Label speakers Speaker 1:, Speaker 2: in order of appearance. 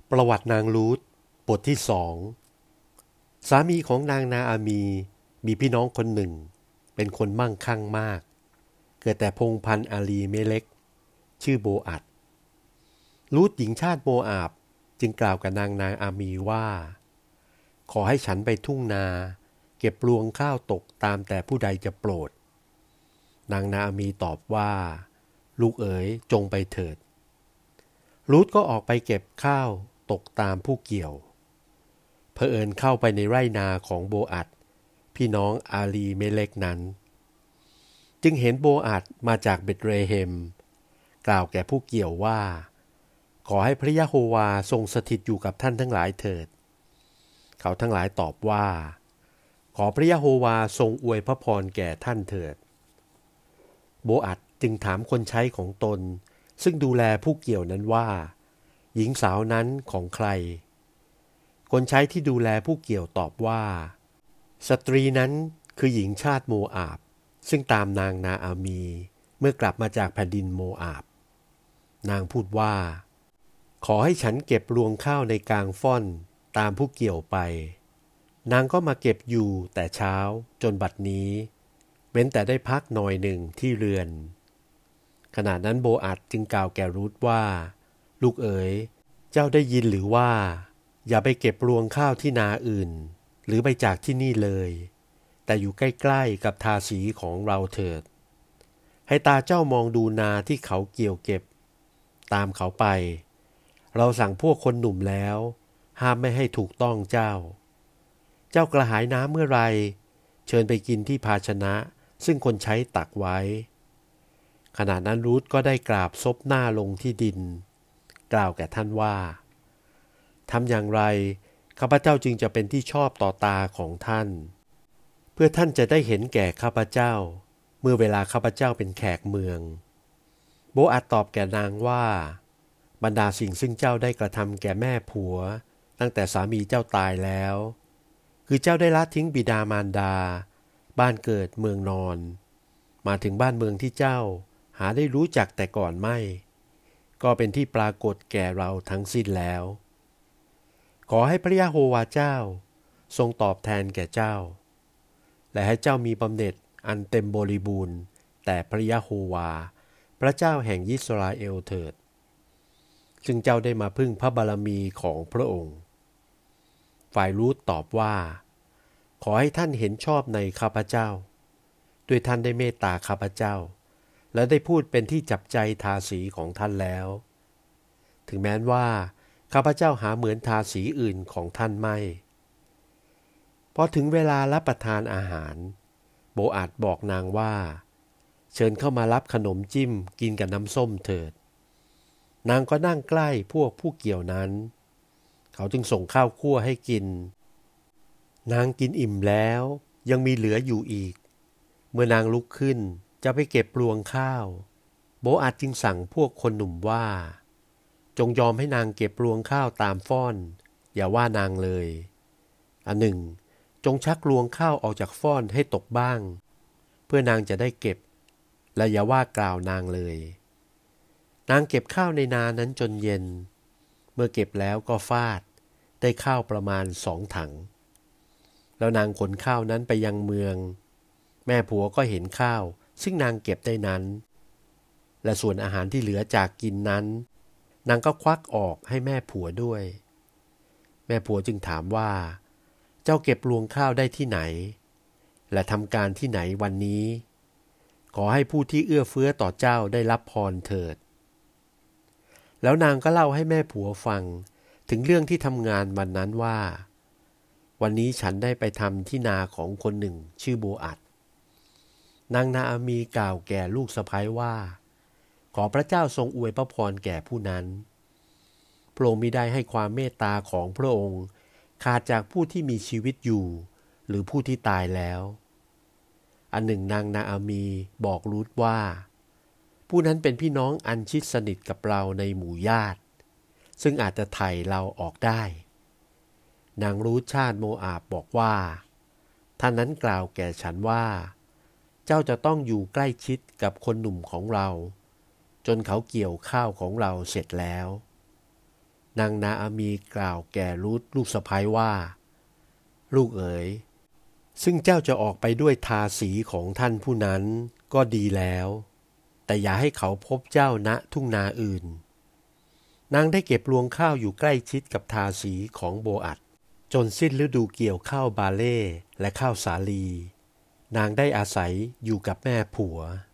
Speaker 1: ประวัตินางรูธบทที่สองสามีของนางนาอามีพี่น้องคนหนึ่งเป็นคนมั่งคั่งมากเกิดแต่พงศ์พันธุ์อาลีเมเล็กชื่อโบอัดรูธหญิงชาติโมอาบจึงกล่าวกับนางนาอามีว่าขอให้ฉันไปทุ่งนาเก็บรวงข้าวตกตามแต่ผู้ใดจะโปรดนางนาอามีตอบว่าลูกเอ๋ยจงไปเถิดรูธก็ออกไปเก็บข้าวตกตามผู้เกี่ยวเผอิญเข้าไปในไร่นาของโบอัดพี่น้องอาลีเมเล็กนั้นจึงเห็นโบอัดมาจากเบธเลเฮมกล่าวแก่ผู้เกี่ยวว่าขอให้พระยะโฮวาทรงสถิตอยู่กับท่านทั้งหลายเถิดเขาทั้งหลายตอบว่าขอพระยะโฮวาทรงอวยพระพรแก่ท่านเถิดโบอัดจึงถามคนใช้ของตนซึ่งดูแลผู้เกี่ยวนั้นว่าหญิงสาวนั้นของใครคนใช้ที่ดูแลผู้เกี่ยวตอบว่าสตรีนั้นคือหญิงชาติโมอาบซึ่งตามนางนาอามีเมื่อกลับมาจากแผ่นดินโมอาบนางพูดว่าขอให้ฉันเก็บรวงข้าวในกลางฟ่อนตามผู้เกี่ยวไปนางก็มาเก็บอยู่แต่เช้าจนบัดนี้เว้นแต่ได้พักหน่อยหนึ่งที่เรือนขณะนั้นโบอัดจึงกล่าวแก่รูธว่าลูกเอ๋ยเจ้าได้ยินหรือว่าอย่าไปเก็บรวงข้าวที่นาอื่นหรือไปจากที่นี่เลยแต่อยู่ใกล้ๆกับทาสีของเราเถิดให้ตาเจ้ามองดูนาที่เขาเกี่ยวเก็บตามเขาไปเราสั่งพวกคนหนุ่มแล้วห้ามไม่ให้ถูกต้องเจ้ากระหายน้ำเมื่อไรเชิญไปกินที่ภาชนะซึ่งคนใช้ตักไว้ขณะนั้นรูธก็ได้กราบซบหน้าลงที่ดินกล่าวแก่ท่านว่าทำอย่างไรข้าพเจ้าจึงจะเป็นที่ชอบต่อตาของท่านเพื่อท่านจะได้เห็นแก่ข้าพเจ้าเมื่อเวลาข้าพเจ้าเป็นแขกเมืองโบอัดตอบแก่นางว่าบรรดาสิ่งซึ่งเจ้าได้กระทำแก่แม่ผัวตั้งแต่สามีเจ้าตายแล้วคือเจ้าได้ละทิ้งบิดามารดาบ้านเกิดเมืองนอนมาถึงบ้านเมืองที่เจ้าหาได้รู้จักแต่ก่อนไม่ก็เป็นที่ปรากฏแก่เราทั้งสิ้นแล้วขอให้พระยะโฮวาเจ้าทรงตอบแทนแก่เจ้าและให้เจ้ามีบำเหน็จอันเต็มบริบูรณ์แต่พระยะโฮวาพระเจ้าแห่งอิสราเอลเถิดซึ่งเจ้าได้มาพึ่งพระบารมีของพระองค์ฝ่ายรูธตอบว่าขอให้ท่านเห็นชอบในข้าพเจ้าด้วยท่านได้เมตตาข้าพเจ้าและได้พูดเป็นที่จับใจทาสีของท่านแล้วถึงแม้ว่าข้าพเจ้าหาเหมือนทาสีอื่นของท่านไม่พอถึงเวลารับประทานอาหารโบอัดบอกนางว่าเชิญเข้ามารับขนมจิ้มกินกับน้ำส้มเถิดนางก็นั่งใกล้พวกผู้เกี่ยวนั้นเขาจึงส่งข้าวคั่วให้กินนางกินอิ่มแล้วยังมีเหลืออยู่อีกเมื่อนางลุกขึ้นจะไปเก็บรวงข้าวโบอัดจึงสั่งพวกคนหนุ่มว่าจงยอมให้นางเก็บรวงข้าวตามฟ่อนอย่าว่านางเลยอันหนึ่งจงชักรวงข้าวออกจากฟ่อนให้ตกบ้างเพื่อนางจะได้เก็บและอย่าว่ากล่าวนางเลยนางเก็บข้าวในนานั้นจนเย็นเมื่อเก็บแล้วก็ฟาดได้ข้าวประมาณ2 ถังแล้วนางขนข้าวนั้นไปยังเมืองแม่ผัวก็เห็นข้าวซึ่งนางเก็บได้นั้นและส่วนอาหารที่เหลือจากกินนั้นนางก็ควักออกให้แม่ผัวด้วยแม่ผัวจึงถามว่าเจ้าเก็บรวงข้าวได้ที่ไหนและทำการที่ไหนวันนี้ขอให้ผู้ที่เอื้อเฟื้อต่อเจ้าได้รับพรเถิดแล้วนางก็เล่าให้แม่ผัวฟังถึงเรื่องที่ทำงานวันนั้นว่าวันนี้ฉันได้ไปทำที่นาของคนหนึ่งชื่อโบอัดนางนาอามีกล่าวแก่ลูกสะใภ้ว่าขอพระเจ้าทรงอวยพระพรแก่ผู้นั้นพระองค์มิได้ให้ความเมตตาของพระองค์ขาดจากผู้ที่มีชีวิตอยู่หรือผู้ที่ตายแล้วอันหนึ่งนางนาอามีบอกรูธว่าผู้นั้นเป็นพี่น้องอันชิดสนิทกับเราในหมู่ญาติซึ่งอาจจะไถ่เราออกได้นางรูธชาติโมอาบบอกว่าท่านนั้นกล่าวแก่ฉันว่าเจ้าจะต้องอยู่ใกล้ชิดกับคนหนุ่มของเราจนเขาเกี่ยวข้าวของเราเสร็จแล้วนางนาอามีกล่าวแก่รูธลูกสะใภ้ว่า ลูกเอ๋ยซึ่งเจ้าจะออกไปด้วยทาสีของท่านผู้นั้นก็ดีแล้วแต่อย่าให้เขาพบเจ้าณทุ่งนาอื่นนางได้เก็บรวงข้าวอยู่ใกล้ชิดกับทาสีของโบอัดจนสิ้นฤดูเกี่ยวข้าวบาเล่และข้าวสาลีนางได้อาศัยอยู่กับแม่ผัว